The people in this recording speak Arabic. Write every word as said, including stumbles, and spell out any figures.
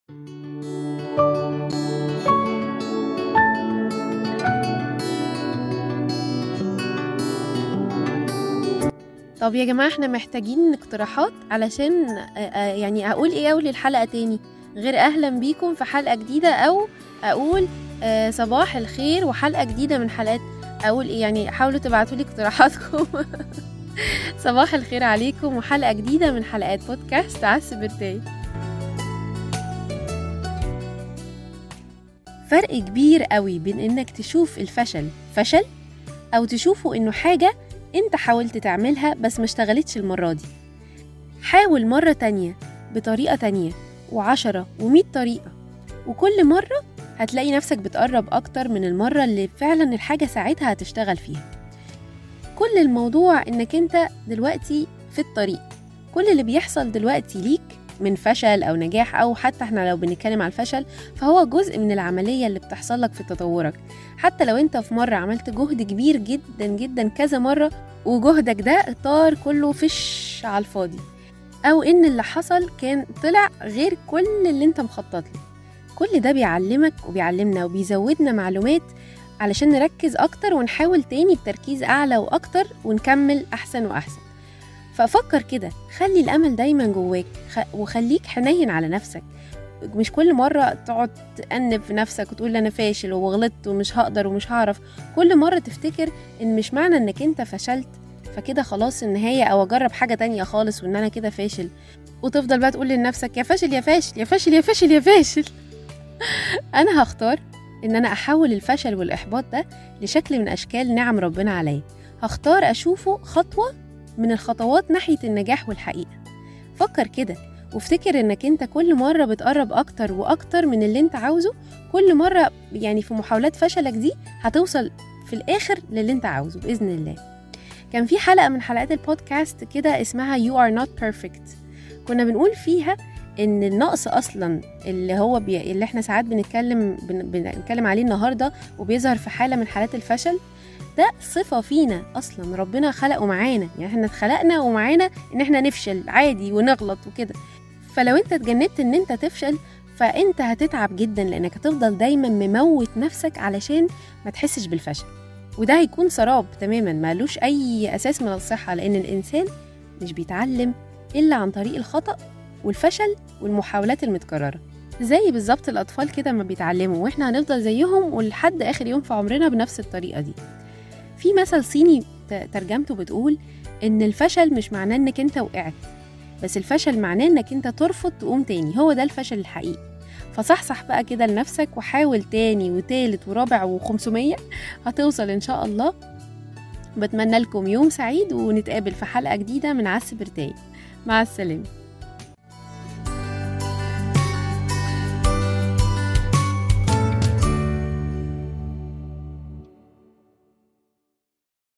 طب يا جماعة احنا محتاجين اقتراحات علشان يعني اقول ايه اول الحلقة تاني غير اهلا بيكم في حلقة جديدة، او اقول صباح الخير وحلقة جديدة من حلقات. اقول ايه يعني؟ حاولوا تبعتولي اقتراحاتكم. صباح الخير عليكم وحلقة جديدة من حلقات بودكاست عالسبرتاي. فرق كبير قوي بين انك تشوف الفشل فشل او تشوفه انه حاجة انت حاولت تعملها بس ما اشتغلتش المرة دي. حاول مرة تانية بطريقة تانية وعشرة ومية طريقة، وكل مرة هتلاقي نفسك بتقرب اكتر من المرة اللي فعلا الحاجة ساعتها هتشتغل فيها. كل الموضوع انك انت دلوقتي في الطريق، كل اللي بيحصل دلوقتي ليك من فشل او نجاح، او حتى احنا لو بنتكلم على الفشل فهو جزء من العملية اللي بتحصل لك في تطورك. حتى لو انت في مرة عملت جهد كبير جدا جدا كذا مرة وجهدك ده طار كله فش على الفاضي، او ان اللي حصل كان طلع غير كل اللي انت مخطط له، كل ده بيعلمك وبيعلمنا وبيزودنا معلومات علشان نركز اكتر ونحاول تاني بتركيز اعلى واكتر ونكمل احسن واحسن. ففكر كده، خلي الامل دايما جواك وخليك حنين على نفسك. مش كل مرة تقعد تأنب في نفسك وتقول أنا فاشل وغلطت ومش هقدر ومش هعرف. كل مرة تفتكر إن مش معنى إنك أنت فشلت فكده خلاص النهاية، أو أجرب حاجة تانية خالص وإن أنا كده فاشل، وتفضل بقى تقول لنفسك يا فاشل يا فاشل يا فاشل يا فاشل يا فاشل. أنا هختار إن أنا أحول الفشل والإحباط ده لشكل من أشكال نعم ربنا عليا. هختار أشوفه خطوة من الخطوات ناحية النجاح والحقيقة. فكر كده وافتكر انك انت كل مرة بتقرب اكتر واكتر من اللي انت عاوزه. كل مرة يعني في محاولات فشلك دي هتوصل في الاخر للي انت عاوزه بإذن الله. كان في حلقة من حلقات البودكاست كده اسمها You are not perfect، كنا بنقول فيها ان النقص اصلا اللي هو بي... اللي احنا ساعات بنتكلم بن... بنتكلم عليه النهاردة وبيظهر في حالة من حالات الفشل، ده صفة فينا أصلا ربنا خلقه معانا. يعني احنا اتخلقنا ومعانا ان احنا نفشل عادي ونغلط وكده. فلو انت اتجنبت ان انت تفشل فانت هتتعب جدا، لانك هتفضل دايما مموت نفسك علشان ما تحسش بالفشل، وده هيكون سراب تماما مالوش اي اساس من الصحة، لان الانسان مش بيتعلم الا عن طريق الخطأ والفشل والمحاولات المتكررة. زي بالظبط الاطفال كده ما بيتعلموا، واحنا هنفضل زيهم ولحد اخر يوم في عمرنا بنفس الطريقة دي. في مثل صيني ترجمته بتقول ان الفشل مش معناه انك انت وقعت، بس الفشل معناه انك انت ترفض تقوم تاني، هو ده الفشل الحقيقي. فصحصح بقى كده لنفسك وحاول تاني وتالت ورابع وخمسمية، هتوصل ان شاء الله. بتمنى لكم يوم سعيد ونتقابل في حلقة جديدة من عالسبرتاي. مع السلامة.